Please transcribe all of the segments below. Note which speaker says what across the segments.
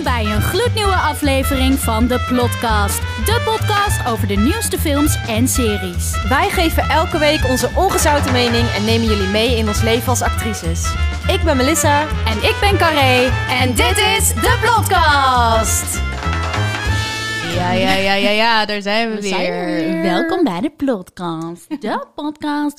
Speaker 1: Welkom bij een gloednieuwe aflevering van de Plotcast. De podcast over de nieuwste films en series.
Speaker 2: Wij geven elke week onze ongezouten mening en nemen jullie mee in ons leven als actrices. Ik ben Melissa.
Speaker 1: En ik ben Carré. En dit is de Plotcast.
Speaker 3: Ja, daar zijn we weer.
Speaker 1: Welkom bij de Plotcast. De podcast.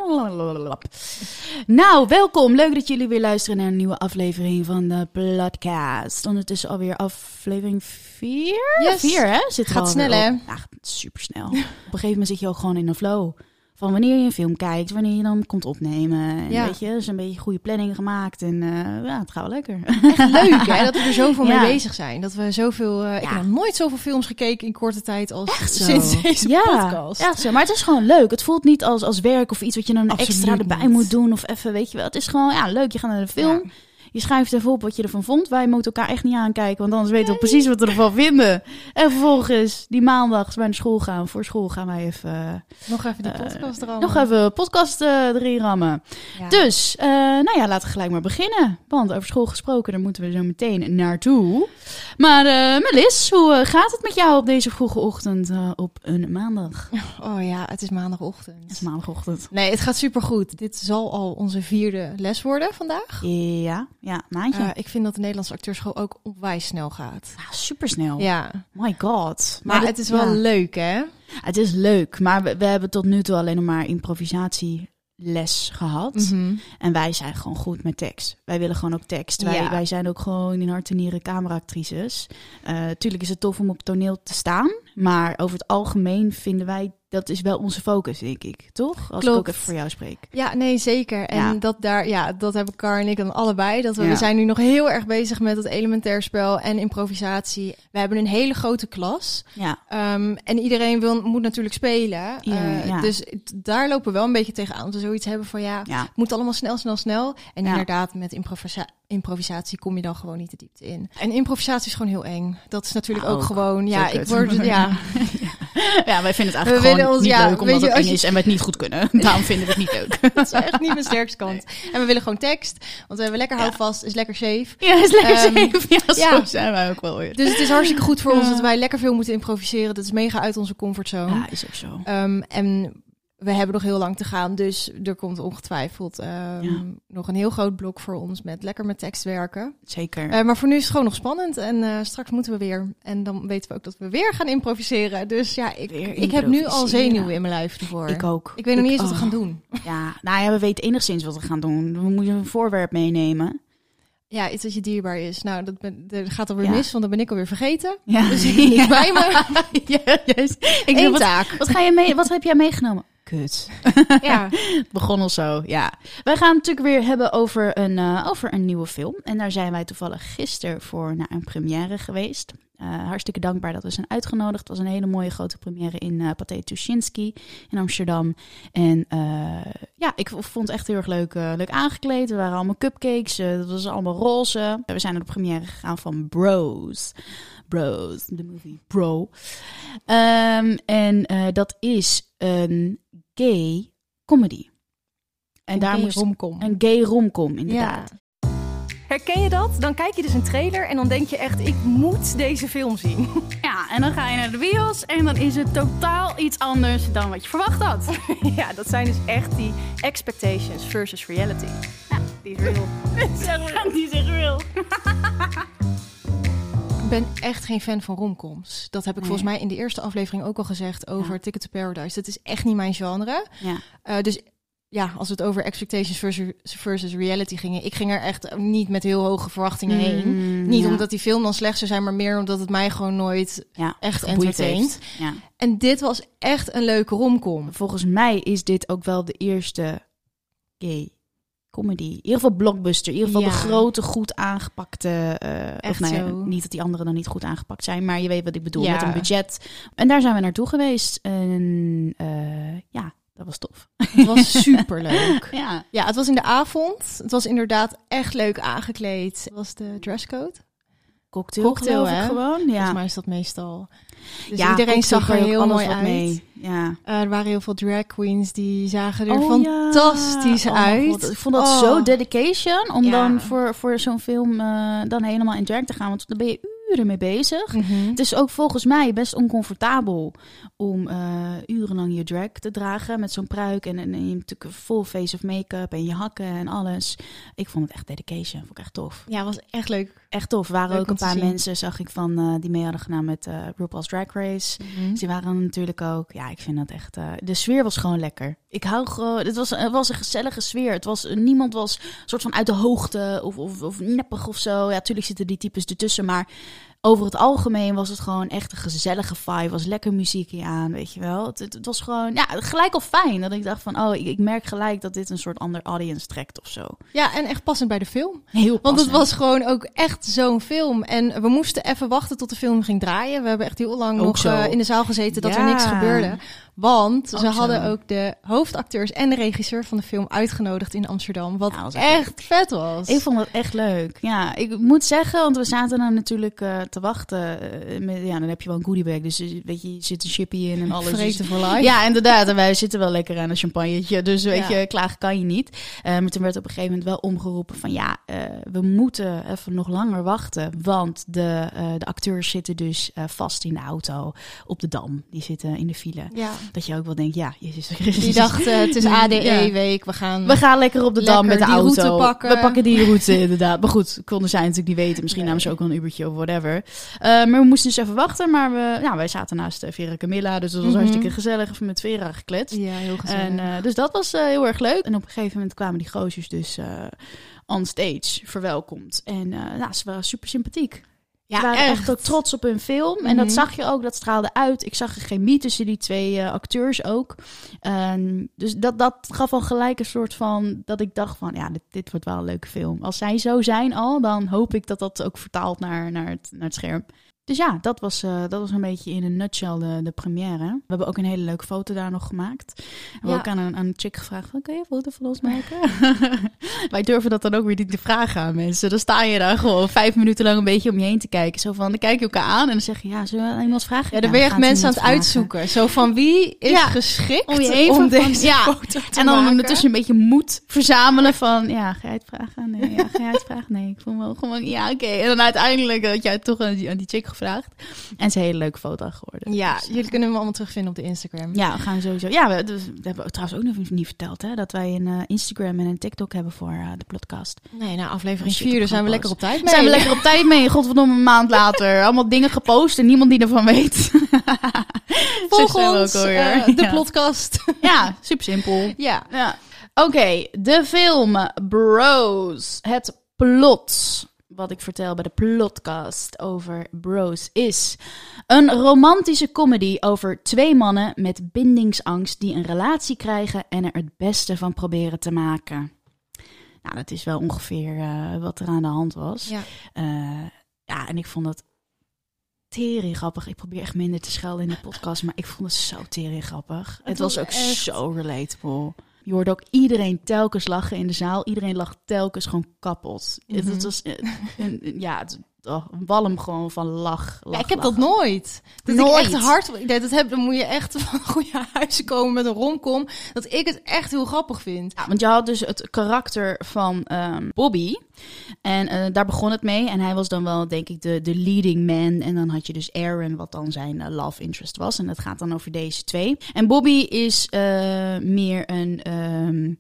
Speaker 1: Nou, welkom. Leuk dat jullie weer luisteren naar een nieuwe aflevering van de Plotcast. Ondertussen alweer aflevering 4?
Speaker 3: Yes.
Speaker 1: 4, hè?
Speaker 3: Gaat snel, hè?
Speaker 1: Ja, super snel. Op een gegeven moment zit je ook gewoon in een flow. Van wanneer je een film kijkt, wanneer je dan komt opnemen. En weet je, dus een beetje goede planning gemaakt. En ja, het gaat wel lekker.
Speaker 3: Echt leuk, hè? Dat we er zoveel mee bezig zijn. Dat we zoveel... Ik heb nog nooit zoveel films gekeken in korte tijd als sinds deze podcast.
Speaker 1: Ja, zo. Maar het is gewoon leuk. Het voelt niet als werk of iets wat je dan extra erbij moet doen. Of even, weet je wel. Het is gewoon leuk. Je gaat naar de film. Ja. Je schrijft even op wat je ervan vond. Wij moeten elkaar echt niet aankijken, want anders weten we precies wat we ervan vinden. En vervolgens, die maandag, als wij naar school gaan, voor school gaan wij even...
Speaker 3: Nog even die podcast rammen.
Speaker 1: Nog even podcast erin rammen. Ja. Dus, laten we gelijk maar beginnen. Want over school gesproken, daar moeten we zo meteen naartoe. Maar Melis, hoe gaat het met jou op deze vroege ochtend op een maandag?
Speaker 3: Oh ja, het is maandagochtend.
Speaker 1: Het is maandagochtend.
Speaker 3: Nee, het gaat supergoed. Dit zal al onze 4e les worden vandaag.
Speaker 1: Ja, maandje.
Speaker 3: Ik vind dat de Nederlandse acteurschool ook onwijs snel gaat.
Speaker 1: Ja, supersnel.
Speaker 3: Ja.
Speaker 1: My god.
Speaker 3: Maar het is wel leuk, hè?
Speaker 1: Het is leuk, maar we hebben tot nu toe alleen nog maar improvisatieles gehad. Mm-hmm. En wij zijn gewoon goed met tekst. Wij willen gewoon ook tekst. Wij zijn ook gewoon in hart en nieren cameraactrices. Tuurlijk is het tof om op toneel te staan. Maar over het algemeen vinden wij... Dat is wel onze focus, denk ik. Toch? Als
Speaker 3: Klopt.
Speaker 1: Ik ook even voor jou spreek.
Speaker 3: Ja, nee, zeker. En dat hebben Car en ik dan allebei. Dat we zijn nu nog heel erg bezig met het elementair spel en improvisatie. We hebben een hele grote klas. Ja. En iedereen moet natuurlijk spelen. Dus daar lopen we wel een beetje tegenaan. Want we zoiets hebben van het moet allemaal snel. En inderdaad, met improvisatie kom je dan gewoon niet de diepte in. En improvisatie is gewoon heel eng. Dat is natuurlijk ook gewoon... Ja, ik word... Ja,
Speaker 1: wij vinden het eigenlijk gewoon niet leuk omdat het eng is en we het niet goed kunnen. Daarom vinden we het niet leuk.
Speaker 3: Dat is echt niet mijn sterkste kant. Nee. En we willen gewoon tekst. Want we hebben lekker houvast, is lekker safe.
Speaker 1: Ja, is lekker safe. Ja, zo zijn wij ook wel weer.
Speaker 3: Dus het is hartstikke goed voor ons dat wij lekker veel moeten improviseren. Dat is mega uit onze comfortzone.
Speaker 1: Ja, is ook zo.
Speaker 3: En we hebben nog heel lang te gaan, dus er komt ongetwijfeld nog een heel groot blok voor ons met tekst werken.
Speaker 1: Zeker.
Speaker 3: Maar voor nu is het gewoon nog spannend en straks moeten we weer. En dan weten we ook dat we weer gaan improviseren. Dus ja, ik heb nu al zenuwen in mijn lijf ervoor.
Speaker 1: Ik ook.
Speaker 3: Ik weet nog niet eens wat we gaan doen.
Speaker 1: Ja, we weten enigszins wat we gaan doen. We moeten een voorwerp meenemen.
Speaker 3: Ja, iets dat je dierbaar is. Nou, dat gaat alweer mis, want dan ben ik alweer vergeten.
Speaker 1: Ja.
Speaker 3: Dus ik niet bij me.
Speaker 1: Eén taak. Wat heb jij meegenomen? Kut.
Speaker 3: Ja.
Speaker 1: Het begon al zo, ja. Wij gaan het natuurlijk weer hebben over een nieuwe film. En daar zijn wij toevallig gisteren voor naar een première geweest. Hartstikke dankbaar dat we zijn uitgenodigd. Het was een hele mooie grote première in Pathé Tuschinski in Amsterdam. En ik vond het echt heel erg leuk aangekleed. Er waren allemaal cupcakes. Dat was allemaal roze. We zijn naar de première gegaan van Bros, de movie Bro. Dat is een gay comedy.
Speaker 3: En daar moest romcom.
Speaker 1: Een gay romcom, inderdaad.
Speaker 2: Ja. Herken je dat? Dan kijk je dus een trailer en dan denk je echt, ik moet deze film zien.
Speaker 1: Ja, en dan ga je naar de bios en dan is het totaal iets anders dan wat je verwacht had.
Speaker 2: Ja, dat zijn dus echt die expectations versus reality.
Speaker 1: Ja, die is real. Die is echt real.
Speaker 3: Ik ben echt geen fan van romcoms. Dat heb ik volgens mij in de eerste aflevering ook al gezegd over Ticket to Paradise. Dat is echt niet mijn genre. Ja. Dus als het over expectations versus reality ging, ik ging er echt niet met heel hoge verwachtingen heen. Niet omdat die film dan slecht zou zijn, maar meer omdat het mij gewoon nooit echt entertaint. Ja. En dit was echt een leuke romcom.
Speaker 1: Volgens mij is dit ook wel de eerste gay comedy. In ieder geval blockbuster. In ieder geval de grote, goed aangepakte... niet dat die anderen dan niet goed aangepakt zijn, maar je weet wat ik bedoel. Met een budget. En daar zijn we naartoe geweest. En dat was tof.
Speaker 3: Het was superleuk.
Speaker 1: Ja,
Speaker 3: het was in de avond. Het was inderdaad echt leuk aangekleed. Het was de dresscode.
Speaker 1: Cocktail hè?
Speaker 3: Gewoon. Ja. Volgens mij is dat meestal. Dus iedereen zag er heel mooi uit.
Speaker 1: Mee. Ja.
Speaker 3: Er waren heel veel drag queens die zagen er fantastisch uit.
Speaker 1: God. Ik vond dat zo dedication om dan voor zo'n film dan helemaal in drag te gaan. Want dan ben je uren mee bezig.
Speaker 3: Mm-hmm.
Speaker 1: Het is ook volgens mij best oncomfortabel om urenlang je drag te dragen met zo'n pruik en je natuurlijk full face of make-up en je hakken en alles. Ik vond het echt dedication, vond ik echt tof.
Speaker 3: Ja, was echt leuk.
Speaker 1: Echt tof. Er waren
Speaker 3: leuk
Speaker 1: ook een paar
Speaker 3: zien.
Speaker 1: Mensen, zag ik van die mee hadden gedaan met RuPaul's Drag Race.
Speaker 3: Mm-hmm.
Speaker 1: Dus die waren er natuurlijk ook. Ja, ik vind dat echt. De sfeer was gewoon lekker. Ik hou gewoon. Het was een gezellige sfeer. Niemand was soort van uit de hoogte of neppig of zo. Ja, natuurlijk zitten die types ertussen, maar over het algemeen was het gewoon echt een gezellige vibe. Was lekker muziekje aan, weet je wel. Het was gewoon, gelijk al fijn. Dat ik dacht van, ik merk gelijk dat dit een soort ander audience trekt of zo.
Speaker 3: Ja, en echt passend bij de film.
Speaker 1: Heel passend.
Speaker 3: Want het was gewoon ook echt zo'n film. En we moesten even wachten tot de film ging draaien. We hebben echt heel lang
Speaker 1: ook
Speaker 3: nog in de zaal gezeten dat er niks gebeurde. Want ze hadden ook de hoofdacteurs en de regisseur van de film uitgenodigd in Amsterdam. Wat echt vet was.
Speaker 1: Ik vond het echt leuk. Ja, ik moet zeggen, want we zaten dan natuurlijk te wachten. Dan heb je wel een goodiebag. Dus weet je zit een chippy in en alles.
Speaker 3: Vreten voor life.
Speaker 1: Ja, inderdaad. En wij zitten wel lekker aan een champagnetje. Dus weet je, klagen kan je niet. Maar toen werd op een gegeven moment wel omgeroepen van we moeten even nog langer wachten. Want de acteurs zitten dus vast in de auto op de Dam. Die zitten in de file.
Speaker 3: Ja.
Speaker 1: Dat je ook wel denkt, Jezus Christus.
Speaker 3: Die dachten, het is ADE-week, we gaan
Speaker 1: lekker op de Dam met de auto.
Speaker 3: Route pakken.
Speaker 1: We pakken die route, inderdaad. Maar goed, konden zij natuurlijk niet weten. Misschien namen ze ook wel een Ubertje of whatever. Maar we moesten dus even wachten. Maar wij zaten naast Vera Camilla. Dus dat was hartstikke gezellig. Even met Vera gekletst.
Speaker 3: Ja, heel gezellig.
Speaker 1: En, dus dat was heel erg leuk. En op een gegeven moment kwamen die goosjes dus on stage verwelkomd. En ze waren super sympathiek. Ze waren echt ook trots op hun film. En dat zag je ook, dat straalde uit. Ik zag een chemie tussen die twee acteurs ook. Dus dat gaf al gelijk een soort van, dat ik dacht van, dit wordt wel een leuke film. Als zij zo zijn al, dan hoop ik dat dat ook vertaalt naar het scherm. Dus dat was een beetje in een nutshell de première. We hebben ook een hele leuke foto daar nog gemaakt. We hebben ook aan een chick gevraagd van, kan je een foto van ons maken? Wij durven dat dan ook weer niet te vragen aan mensen. Dan sta je daar gewoon 5 minuten lang een beetje om je heen te kijken. Zo van, dan kijk je elkaar aan en dan zeg je, zullen we iemand vragen?
Speaker 3: Ja, dan ben je echt mensen aan het uitzoeken. Zo van, wie is geschikt om deze foto te maken?
Speaker 1: En dan ondertussen een beetje moed verzamelen van, ga jij het vragen? Nee, ga jij het vragen? Nee, ik vond wel gewoon, oké. En dan uiteindelijk had jij toch aan die chick gevraagd. En het is een hele leuke foto geworden.
Speaker 3: Ja, jullie kunnen hem allemaal terugvinden op de Instagram.
Speaker 1: Ja, we gaan sowieso. Ja, we hebben trouwens ook nog niet verteld, hè, dat wij een Instagram en een TikTok hebben voor de podcast.
Speaker 3: Nee, aflevering 4, daar zijn we lekker op tijd mee.
Speaker 1: Zijn we lekker op tijd mee. Godverdomme, een maand later. Allemaal dingen gepost en niemand die ervan weet.
Speaker 3: Volg ons, de podcast.
Speaker 1: Ja, super simpel.
Speaker 3: Ja.
Speaker 1: Oké, de film Bros. Het plot. Wat ik vertel bij de podcast over Bros is een romantische comedy over 2 mannen met bindingsangst die een relatie krijgen en er het beste van proberen te maken. Nou, dat is wel ongeveer wat er aan de hand was. Ja, en ik vond dat tering grappig. Ik probeer echt minder te schelden in de podcast, maar ik vond het zo tering grappig. Het was ook echt zo relatable. Je hoorde ook iedereen telkens lachen in de zaal. Iedereen lag telkens gewoon kapot. Mm-hmm. Het was walm gewoon van lach.
Speaker 3: Ik heb dat nooit. Dat nooit. Ik echt hard dat heb, dan moet je echt van goede huizen komen met een romcom. Dat ik het echt heel grappig vind.
Speaker 1: Ja, want je had dus het karakter van Bobby. En daar begon het mee. En hij was dan wel, denk ik, de leading man. En dan had je dus Aaron, wat dan zijn love interest was. En dat gaat dan over deze 2. En Bobby is meer een...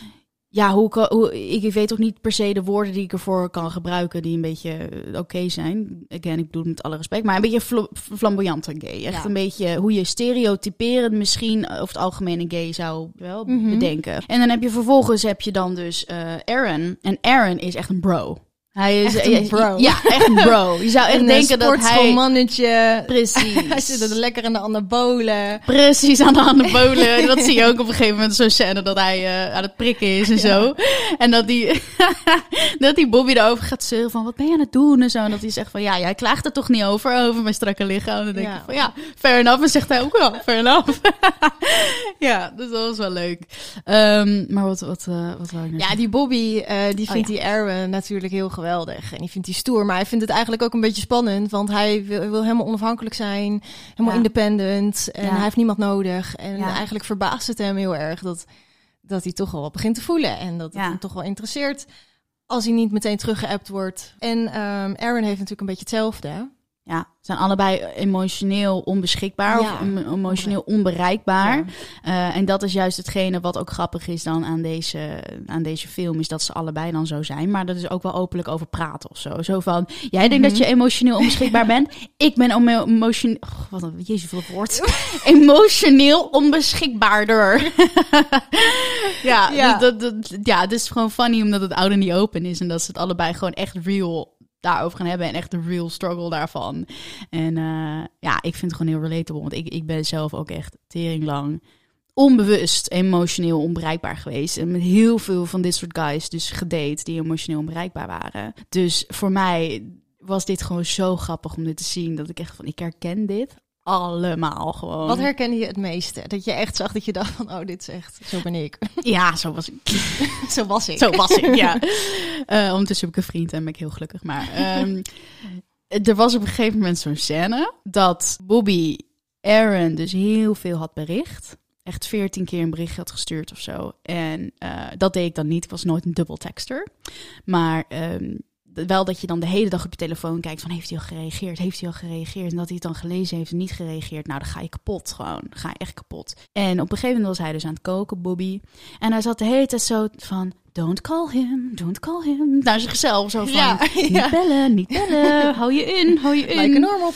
Speaker 1: ik weet ook niet per se de woorden die ik ervoor kan gebruiken die een beetje oké zijn. Again, ik bedoel het met alle respect. Maar een beetje flamboyante gay. Echt een beetje hoe je stereotyperend misschien over het algemeen een gay zou wel bedenken. En dan heb je vervolgens dan dus Aaron. En Aaron is echt een bro. Hij is
Speaker 3: echt een bro.
Speaker 1: Ja, echt een bro. Je zou echt denken dat hij...
Speaker 3: mannetje.
Speaker 1: Precies.
Speaker 3: Hij zit er lekker aan de anabolen.
Speaker 1: Precies, aan de anabolen. Dat zie je ook op een gegeven moment zo'n scène dat hij aan het prikken is en zo. En dat die Bobby erover gaat zeuren van, wat ben je aan het doen en zo. En dat hij zegt van, jij klaagt er toch niet over mijn strakke lichaam. En dan denk ik van, fair enough. En zegt hij ook wel, fair enough. Ja, dus dat was wel leuk. Maar wat wou ik nou
Speaker 3: zeggen? Die Bobby, die vindt die Aaron natuurlijk heel geweldig. En die vindt hij stoer. Maar hij vindt het eigenlijk ook een beetje spannend. Want hij wil helemaal onafhankelijk zijn. Helemaal independent. En hij heeft niemand nodig. En eigenlijk verbaast het hem heel erg dat hij toch wel wat begint te voelen. En dat het hem toch wel interesseert als hij niet meteen teruggeappt wordt. En Aaron heeft natuurlijk een beetje hetzelfde.
Speaker 1: Ja, zijn allebei emotioneel onbeschikbaar of emotioneel onbereikbaar. Ja. En dat is juist hetgene wat ook grappig is dan aan deze film, is dat ze allebei dan zo zijn. Maar dat is ook wel openlijk over praten of zo. Zo van, jij denkt dat je emotioneel onbeschikbaar bent. Ik ben emotioneel... wat een jezus, wat woord. Emotioneel onbeschikbaarder. Het is gewoon funny omdat het oude niet open is. En dat ze het allebei gewoon echt real daarover gaan hebben en echt de real struggle daarvan. En ik vind het gewoon heel relatable, want ik ben zelf ook echt teringlang onbewust emotioneel onbereikbaar geweest en met heel veel van dit soort guys dus gedate die emotioneel onbereikbaar waren. Dus voor mij was dit gewoon zo grappig om dit te zien, dat ik echt van, ik herken dit allemaal gewoon.
Speaker 3: Wat herkende je het meeste? Dat je echt zag dat je dacht van, oh, dit is echt, zo ben ik.
Speaker 1: Ja, zo was ik.
Speaker 3: Zo was ik.
Speaker 1: Zo was ik, ja. Ondertussen heb ik een vriend en ben ik heel gelukkig. Maar er was op een gegeven moment zo'n scène dat Bobby Aaron dus heel veel had bericht. Echt 14 keer een bericht had gestuurd of zo. En dat deed ik dan niet. Ik was nooit een dubbeltekster. Maar wel dat je dan de hele dag op je telefoon kijkt van, heeft hij al gereageerd? Heeft hij al gereageerd? En dat hij het dan gelezen heeft en niet gereageerd. Nou, dan ga je kapot gewoon. Dan ga je echt kapot. En op een gegeven moment was hij dus aan het koken, Bobby. En hij zat de hele tijd zo van, don't call him. Naar zichzelf zo van, niet bellen. Hou je in.
Speaker 3: Like a normal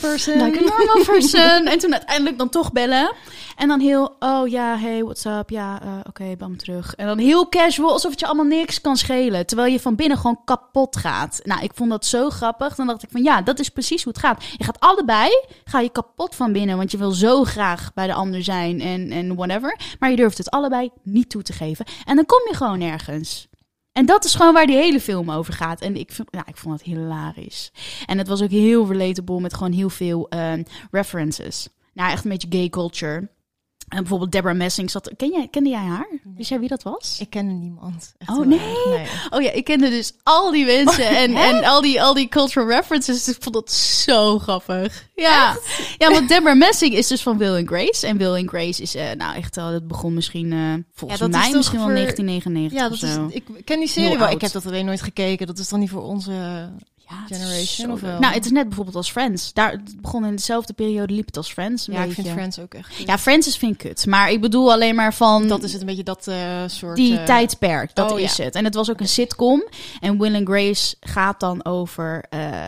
Speaker 3: person.
Speaker 1: En toen uiteindelijk dan toch bellen. En dan heel, hey, what's up? Ja, oké, bam, terug. En dan heel casual, alsof het je allemaal niks kan schelen. Terwijl je van binnen gewoon kapot gaat. Nou, ik vond dat zo grappig. Dan dacht ik van, ja, dat is precies hoe het gaat. Je gaat allebei, ga je kapot van binnen. Want je wil zo graag bij de ander zijn en whatever. Maar je durft het allebei niet toe te geven. En dan kom je gewoon nergens. En dat is gewoon waar die hele film over gaat. En ik vond het hilarisch. En het was ook heel relatable met gewoon heel veel references. Nou, echt een beetje gay culture. En bijvoorbeeld Deborah Messing zat... Kende jij haar?
Speaker 3: Nee.
Speaker 1: Wist jij wie dat was?
Speaker 3: Ik kende niemand. Echt
Speaker 1: nee? Oh ja, ik kende dus al die mensen en al die cultural references. Dus ik vond dat zo grappig. Ja. Echt? Ja, want Deborah Messing is dus van Will and Grace. En Will and Grace is dat begon misschien volgens mij misschien wel 1999
Speaker 3: ja,
Speaker 1: of zo.
Speaker 3: Ik ken die serie wel. Ik heb dat alleen nooit gekeken. Dat is dan niet voor onze... Generation of wel?
Speaker 1: Nou, het is net bijvoorbeeld als Friends. Het begon in dezelfde periode, liep het als Friends.
Speaker 3: Ik vind Friends ook echt goed.
Speaker 1: Ja, Friends vind ik kut. Maar ik bedoel alleen maar van...
Speaker 3: Dat is het een beetje dat soort...
Speaker 1: Die tijdsperk, dat is het. En het was ook een sitcom. En Will and Grace gaat dan over...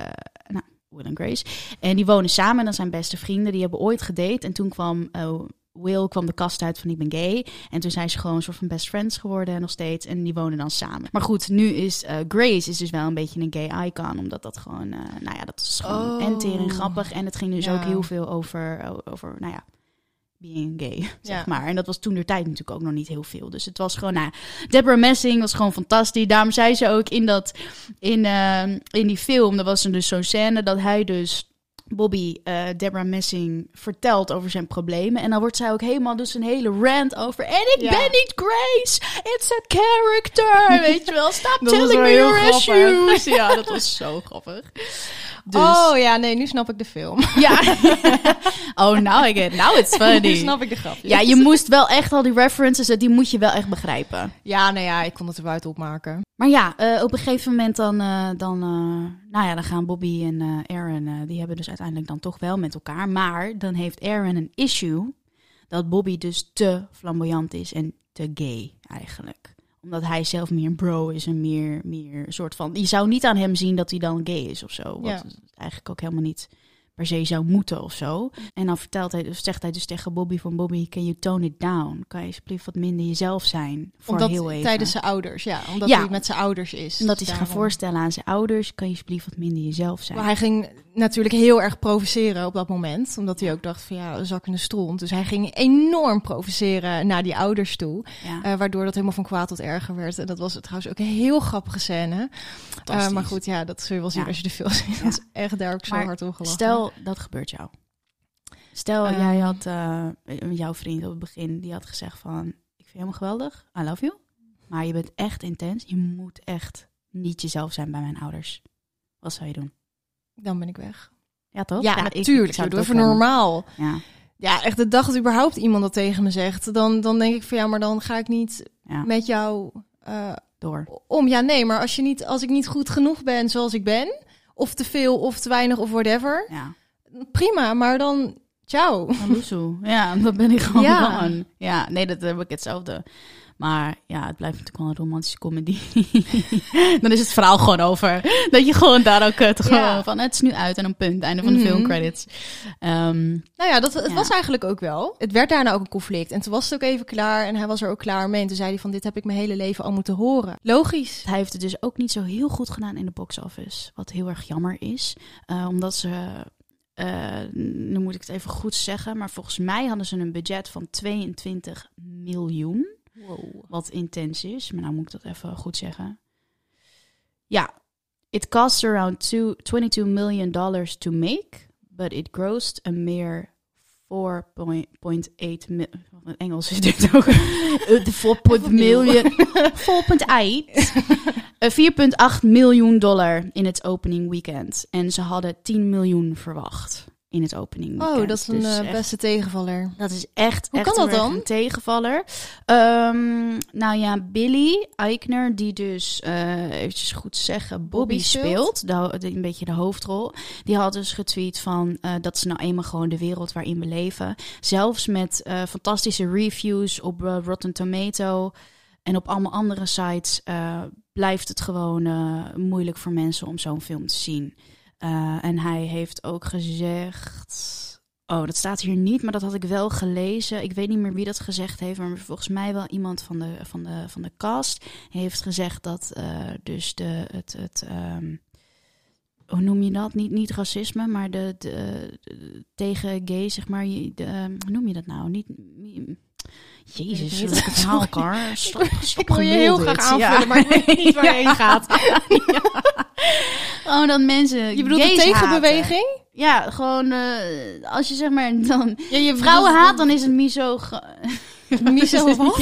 Speaker 1: Will and Grace. En die wonen samen en dan zijn beste vrienden. Die hebben ooit gedate. En toen kwam... Will kwam de kast uit van ik ben gay. En toen zijn ze gewoon een soort van best friends geworden nog steeds. En die wonen dan samen. Maar goed, nu is Grace is dus wel een beetje een gay icon. Omdat dat gewoon, dat is gewoon en grappig. En het ging dus ook heel veel over being gay, zeg maar. En dat was toen der tijd natuurlijk ook nog niet heel veel. Dus het was gewoon, Deborah Messing was gewoon fantastisch. Daarom zei ze ook in die film, er was er dus zo'n scène dat hij dus Bobby Deborah Messing vertelt over zijn problemen. En dan wordt zij ook helemaal dus een hele rant over. En ik ben niet Grace. It's a character. Weet je wel. Stop telling me your issues. Ja, dat was zo grappig. Dus...
Speaker 3: Oh ja, nee, nu snap ik de film.
Speaker 1: Ja. Oh, now it's funny.
Speaker 3: Nu snap ik de grapjes.
Speaker 1: Ja, je moest wel echt al die references, die moet je wel echt begrijpen.
Speaker 3: Ja, ik kon het eruit opmaken.
Speaker 1: Maar ja, op een gegeven moment dan gaan Bobby en Aaron, die hebben dus uiteindelijk dan toch wel met elkaar. Maar dan heeft Aaron een issue dat Bobby dus te flamboyant is en te gay eigenlijk. Omdat hij zelf meer een bro is en meer soort van... Je zou niet aan hem zien dat hij dan gay is of zo. Wat eigenlijk ook helemaal niet per se zou moeten of zo. En dan zegt hij dus tegen Bobby van... Bobby, can you tone it down? Kan je alsjeblieft wat minder jezelf zijn? Heel even.
Speaker 3: Tijdens zijn ouders, omdat hij met zijn ouders is.
Speaker 1: Omdat hij zich gaat voorstellen aan zijn ouders... kan je alsjeblieft wat minder jezelf zijn.
Speaker 3: Maar hij ging natuurlijk heel erg provoceren op dat moment. Omdat hij ook dacht van een zak in de stront. Dus hij ging enorm provoceren naar die ouders toe. Ja. Waardoor dat helemaal van kwaad tot erger werd. En dat was trouwens ook een heel grappige scène. Maar goed, dat zul je wel zien als je de film ziet. Dat is echt daar ook zo hard om gelachen.
Speaker 1: Stel, dat gebeurt jou. Stel, jij had jouw vriend op het begin, die had gezegd van... Ik vind je helemaal geweldig, I love you. Maar je bent echt intens. Je moet echt niet jezelf zijn bij mijn ouders. Wat zou je doen?
Speaker 3: Dan ben ik weg.
Speaker 1: Ja, toch?
Speaker 3: Ja, natuurlijk. Ik doe even normaal. Ja, echt de dag dat überhaupt iemand dat tegen me zegt... Dan denk ik van maar dan ga ik niet met jou
Speaker 1: door.
Speaker 3: Maar als ik niet goed genoeg ben zoals ik ben... of te veel of te weinig of whatever... prima, maar dan ciao.
Speaker 1: Ja, dat ben ik gewoon. Ja, nee, dat heb ik hetzelfde. Maar ja, het blijft natuurlijk wel een romantische comedy. Dan is het verhaal gewoon over. Dat je gewoon daar ook gewoon van, het is nu uit en een punt. Einde van de filmcredits.
Speaker 3: Nou ja, het was eigenlijk ook wel. Het werd daarna ook een conflict. En toen was het ook even klaar. En hij was er ook klaar mee. En toen zei hij van, dit heb ik mijn hele leven al moeten horen. Logisch.
Speaker 1: Hij heeft het dus ook niet zo heel goed gedaan in de box office. Wat heel erg jammer is. Omdat ze... nu moet ik het even goed zeggen. Maar volgens mij hadden ze een budget van 22 miljoen.
Speaker 3: Wow.
Speaker 1: Wat intens is, maar nou moet ik dat even goed zeggen. Ja, it cost around $22 million to make, but it grossed a mere 4.8 million. Engels is dit ook. 4.8 miljoen. 4.8 miljoen dollar in het opening weekend. En ze hadden 10 miljoen verwacht. In het opening weekend.
Speaker 3: Oh, dat is een beste tegenvaller.
Speaker 1: Dat is echt,
Speaker 3: Hoe kan dat dan?
Speaker 1: Een tegenvaller. Nou ja, Billy Eichner, die dus, eventjes goed zeggen, Bobby speelt. Een beetje de hoofdrol. Die had dus getweet van dat ze nou eenmaal gewoon de wereld waarin we leven. Zelfs met fantastische reviews op Rotten Tomato en op allemaal andere sites blijft het gewoon moeilijk voor mensen om zo'n film te zien. En hij heeft ook gezegd... Oh, dat staat hier niet, maar dat had ik wel gelezen. Ik weet niet meer wie dat gezegd heeft, maar volgens mij wel iemand van de cast heeft gezegd dat dus hoe noem je dat? Niet racisme, maar de tegen gay, zeg maar. Hoe noem je dat nou? Niet... Jezus, ik het haal elkaar.
Speaker 3: Ik wil je heel graag aanvullen, maar ik weet niet waar je heen gaat.
Speaker 1: Oh, dan mensen.
Speaker 3: Je bedoelt de tegenbeweging?
Speaker 1: Haten. Ja, gewoon als je zeg maar dan je vrouwen haat, dan is het miso.
Speaker 3: Miso wat?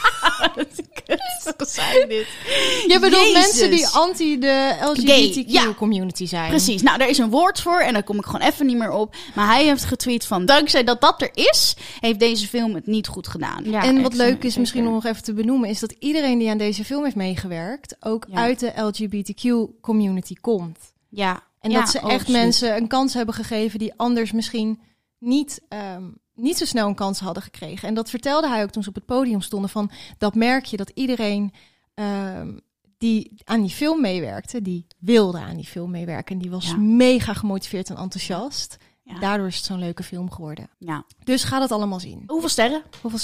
Speaker 1: Wat zei dit?
Speaker 3: Je bedoelt mensen die anti de LGBTQ-community zijn.
Speaker 1: Precies. Nou, daar is een woord voor en daar kom ik gewoon even niet meer op. Maar hij heeft getweet van, dankzij dat er is, heeft deze film het niet goed gedaan.
Speaker 3: Ja, en wat leuk is misschien nog even te benoemen, is dat iedereen die aan deze film heeft meegewerkt, ook uit de LGBTQ-community komt.
Speaker 1: Ja.
Speaker 3: En dat ze echt mensen een kans hebben gegeven die anders misschien niet zo snel een kans hadden gekregen. En dat vertelde hij ook toen ze op het podium stonden. Van dat merk je dat iedereen die aan die film meewerkte, die wilde aan die film meewerken. En die was mega gemotiveerd en enthousiast. Ja. Daardoor is het zo'n leuke film geworden. Ja. Dus ga dat allemaal zien.
Speaker 1: Hoeveel sterren?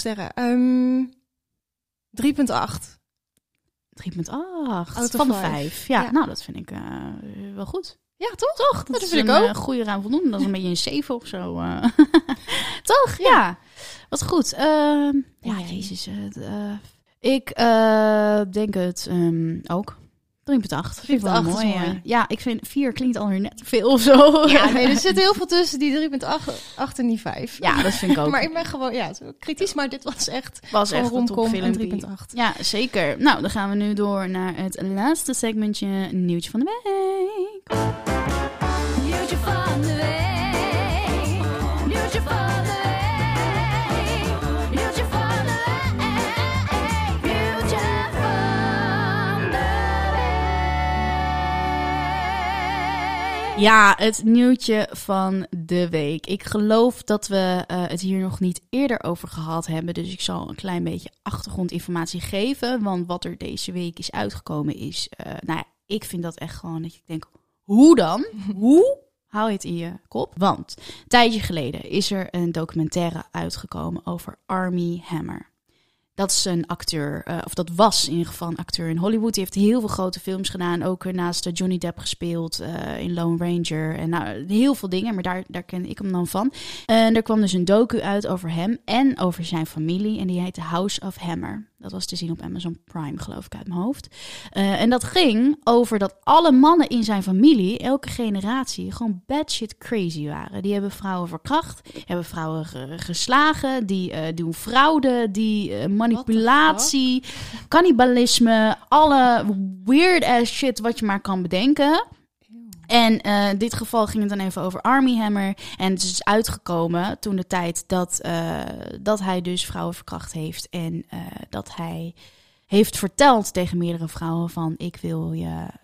Speaker 3: 3.8. 3.8
Speaker 1: van de 5. Ja, nou dat vind ik wel goed.
Speaker 3: Ja, toch?
Speaker 1: Dat vind ik ook. Een goede ruim voldoende. Dat is een beetje een 7 of zo. Toch? Ja. Wat goed. Jezus. Ik denk het ook. 3.8. Vind ik wel mooi. Ja, ik vind 4 klinkt alweer net veel of zo.
Speaker 3: Ja, nee, er zit heel veel tussen die 3.8 en die 5.
Speaker 1: Ja, dat vind ik ook.
Speaker 3: Maar ik ben gewoon kritisch, maar dit was echt
Speaker 1: een
Speaker 3: romcom en 3.8.
Speaker 1: Ja, zeker. Nou, dan gaan we nu door naar het laatste segmentje, Nieuwtje van de Week. Nieuwtje van de Week. Nieuwtje van de Week. Nieuwtje van de Week. Nieuwtje van de Week. Ja, het nieuwtje van de week. Ik geloof dat we het hier nog niet eerder over gehad hebben. Dus ik zal een klein beetje achtergrondinformatie geven. Want wat er deze week is uitgekomen is... ik vind dat echt gewoon dat je denkt... Hoe dan? Hoe? Hou je het in je kop? Want een tijdje geleden is er een documentaire uitgekomen over Armie Hammer. Dat is een acteur, of dat was in ieder geval een acteur in Hollywood. Die heeft heel veel grote films gedaan. Ook naast Johnny Depp gespeeld in Lone Ranger. En heel veel dingen, maar daar ken ik hem dan van. En er kwam dus een docu uit over hem en over zijn familie. En die heette House of Hammer. Dat was te zien op Amazon Prime, geloof ik, uit mijn hoofd. En dat ging over dat alle mannen in zijn familie, elke generatie, gewoon batshit crazy waren. Die hebben vrouwen verkracht, hebben vrouwen geslagen, die doen fraude, die manipulatie, cannibalisme, alle weird ass shit wat je maar kan bedenken. En in dit geval ging het dan even over Armie Hammer. En het is uitgekomen toen de tijd dat hij dus vrouwen verkracht heeft. En dat hij heeft verteld tegen meerdere vrouwen van... ik wil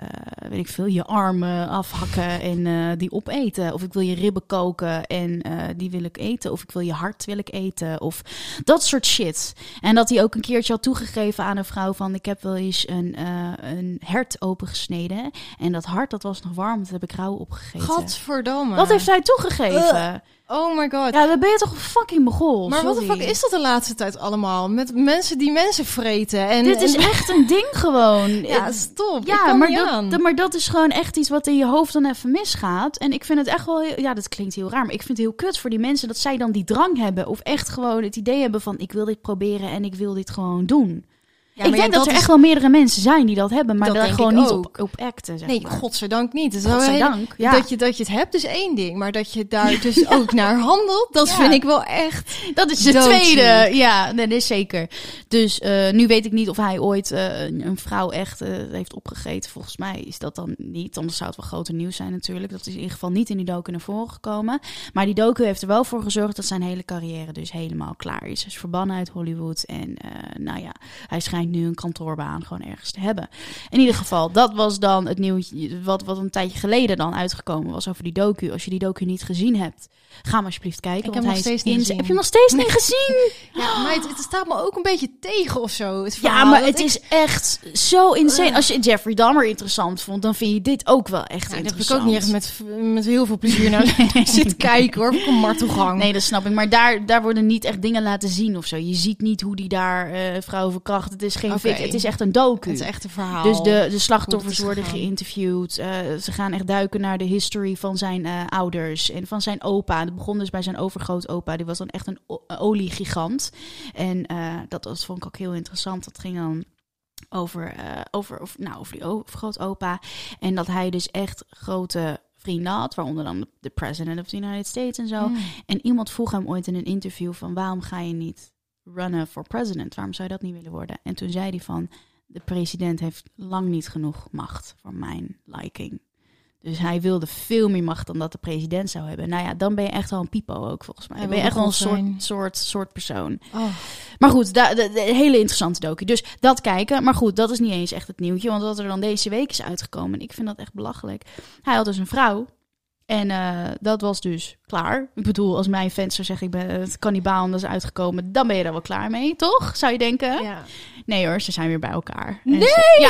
Speaker 1: je armen afhakken en die opeten. Of ik wil je ribben koken en die wil ik eten. Of ik wil je hart wil ik eten. Of dat soort shit. En dat hij ook een keertje had toegegeven aan een vrouw van... ik heb wel eens een hert opengesneden. En dat hart, dat was nog warm. Dat heb ik rauw opgegeten.
Speaker 3: Godverdomme.
Speaker 1: Dat heeft hij toegegeven.
Speaker 3: Oh my god.
Speaker 1: Ja, dan ben je toch een fucking Mongool.
Speaker 3: Maar wat de fuck is dat de laatste tijd allemaal? Met mensen die mensen vreten. En,
Speaker 1: dit is echt een ding gewoon.
Speaker 3: Ja, stop.
Speaker 1: Ja, maar dat is gewoon echt iets wat in je hoofd dan even misgaat. En ik vind het echt wel... Ja, dat klinkt heel raar. Maar ik vind het heel kut voor die mensen dat zij dan die drang hebben. Of echt gewoon het idee hebben van... ik wil dit proberen en ik wil dit gewoon doen. Ja, ik denk dat er echt wel meerdere mensen zijn die dat hebben, maar daar gewoon niet op acten. Zeg
Speaker 3: nee,
Speaker 1: maar.
Speaker 3: Godzijdank niet.
Speaker 1: Godzijdank, ja.
Speaker 3: Dat je het hebt is één ding, maar dat je daar dus ook naar handelt, dat vind ik wel echt.
Speaker 1: Dat is de tweede. Ja, dat is zeker. Dus nu weet ik niet of hij ooit een vrouw echt heeft opgegeten. Volgens mij is dat dan niet, anders zou het wel groter nieuws zijn natuurlijk. Dat is in ieder geval niet in die docu naar voren gekomen. Maar die docu heeft er wel voor gezorgd dat zijn hele carrière dus helemaal klaar is. Hij is verbannen uit Hollywood en nou ja, hij schijnt nu een kantoorbaan gewoon ergens te hebben. In ieder geval, dat was dan het nieuwtje wat een tijdje geleden dan uitgekomen was over die docu. Als je die docu niet gezien hebt, ga maar alsjeblieft kijken.
Speaker 3: Ik heb hem nog steeds niet gezien.
Speaker 1: Heb je hem nog steeds niet gezien?
Speaker 3: Ja, maar het staat me ook een beetje tegen of zo.
Speaker 1: Ja, maar het is echt zo insane. Als je Jeffrey Dahmer interessant vond, dan vind je dit ook wel echt interessant.
Speaker 3: Dat heb ik ook niet echt met heel veel plezier naar zitten kijken hoor. Op een martelgang.
Speaker 1: Nee, dat snap ik. Maar daar worden niet echt dingen laten zien of zo. Je ziet niet hoe die daar vrouwen verkracht. Het is geen het is echt een docu.
Speaker 3: Het is echt een verhaal.
Speaker 1: Dus de slachtoffers worden geïnterviewd. Ze gaan echt duiken naar de history van zijn ouders en van zijn opa. Het begon dus bij zijn overgrootopa. Die was dan echt een oliegigant. En dat vond ik ook heel interessant. Dat ging dan over die overgrootopa. En dat hij dus echt grote vrienden had, waaronder dan de president of the United States en zo. En iemand vroeg hem ooit in een interview van waarom ga je niet runnen for president? Waarom zou je dat niet willen worden? En toen zei hij van, de president heeft lang niet genoeg macht voor mijn liking. Dus hij wilde veel meer macht dan dat de president zou hebben. Nou ja, dan ben je echt wel een pipo ook volgens mij. Dan ben je echt wel een soort persoon. Oh. Maar goed, de hele interessante docu. Dus dat kijken. Maar goed, dat is niet eens echt het nieuwtje. Want wat er dan deze week is uitgekomen, ik vind dat echt belachelijk. Hij had dus een vrouw. En dat was dus klaar. Ik bedoel, als mijn fans zou zeggen, ik ben het kannibaal en dat is uitgekomen, dan ben je er wel klaar mee, toch? Zou je denken?
Speaker 3: Ja.
Speaker 1: Nee hoor, ze zijn weer bij elkaar.
Speaker 3: Nee!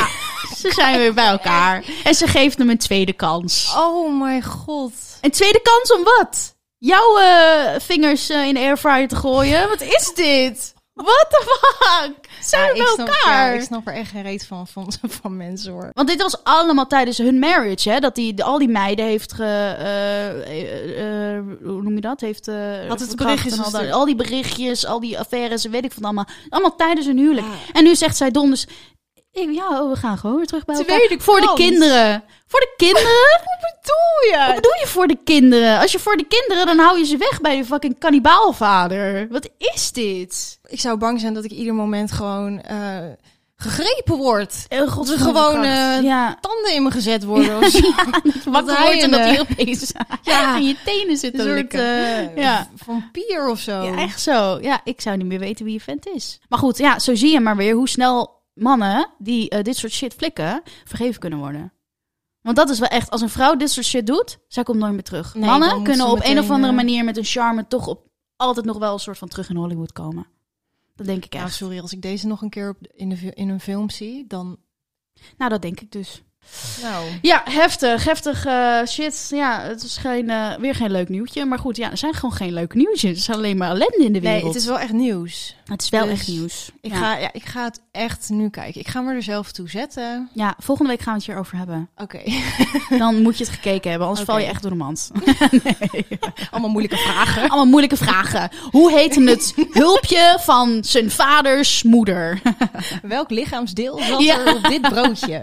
Speaker 1: Ze zijn weer bij elkaar. En ze geeft hem een tweede kans.
Speaker 3: Oh mijn god.
Speaker 1: Een tweede kans om wat? Jouw vingers in de airfryer te gooien? Wat is dit? What the fuck? Zijn we bij elkaar?
Speaker 3: Ik snap er echt geen reet van mensen hoor.
Speaker 1: Want dit was allemaal tijdens hun marriage, hè? Dat al die meiden heeft hoe noem je dat?
Speaker 3: Had het berichtjes
Speaker 1: al die berichtjes, al die affaires, weet ik van allemaal. Allemaal tijdens hun huwelijk. Ja. En nu zegt zij donders, we gaan gewoon weer terug bij elkaar. Voor de kinderen. Voor de kinderen?
Speaker 3: Wat bedoel je?
Speaker 1: Wat bedoel je voor de kinderen? Als je voor de kinderen, dan hou je ze weg bij de fucking kannibaalvader. Wat is dit?
Speaker 3: Ik zou bang zijn dat ik ieder moment gewoon gegrepen word.
Speaker 1: Dat er
Speaker 3: gewoon tanden in me gezet worden. Of zo.
Speaker 1: Wakker wordt en dat hij opeens aan je tenen zit te likken.
Speaker 3: Vampier of zo.
Speaker 1: Ja, echt zo. Ja, ik zou niet meer weten wie je vent is. Maar goed, ja, zo zie je maar weer hoe snel mannen die dit soort shit flikken, vergeven kunnen worden. Want dat is wel echt, als een vrouw dit soort shit doet, zij komt nooit meer terug. Nee, mannen kunnen op een of andere manier met een charme toch altijd nog wel een soort van terug in Hollywood komen. Dat denk ik echt.
Speaker 3: Nou, sorry, als ik deze nog een keer in een film zie, dan...
Speaker 1: Nou, dat denk ik dus.
Speaker 3: Nou.
Speaker 1: Ja, heftig shit. Ja, het is weer geen leuk nieuwtje. Maar goed, ja, er zijn gewoon geen leuke nieuwtjes. Het is alleen maar ellende in de wereld.
Speaker 3: Nee, het is wel echt nieuws.
Speaker 1: Het is wel echt nieuws.
Speaker 3: Ik ga het echt nu kijken. Ik ga me er zelf toe zetten.
Speaker 1: Ja, volgende week gaan we het hierover hebben.
Speaker 3: Oké.
Speaker 1: Dan moet je het gekeken hebben, anders val je echt door de mand.
Speaker 3: Nee. Allemaal
Speaker 1: moeilijke vragen. Hoe heette het hulpje van zijn vaders moeder?
Speaker 3: Welk lichaamsdeel zat er op dit broodje?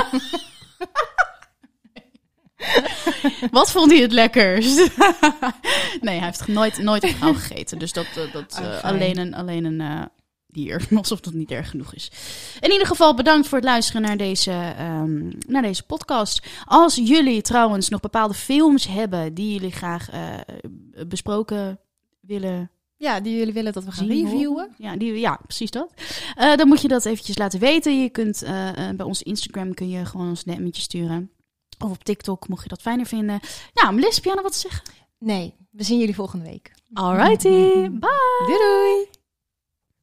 Speaker 1: Wat vond hij het lekkerst? Nee, hij heeft nooit een vrouw gegeten. Dus dat alleen een dier. Alsof dat niet erg genoeg is. In ieder geval bedankt voor het luisteren naar deze podcast. Als jullie trouwens nog bepaalde films hebben die jullie graag besproken willen
Speaker 3: die jullie willen dat we gaan reviewen.
Speaker 1: Ja, precies dat. Dan moet je dat eventjes laten weten. Je kunt bij ons Instagram kun je gewoon ons DM'tje sturen. Of op TikTok, mocht je dat fijner vinden. Ja, Melis, heb jij nog wat te zeggen?
Speaker 3: Nee, we zien jullie volgende week.
Speaker 1: Alrighty, bye!
Speaker 3: Doei doei!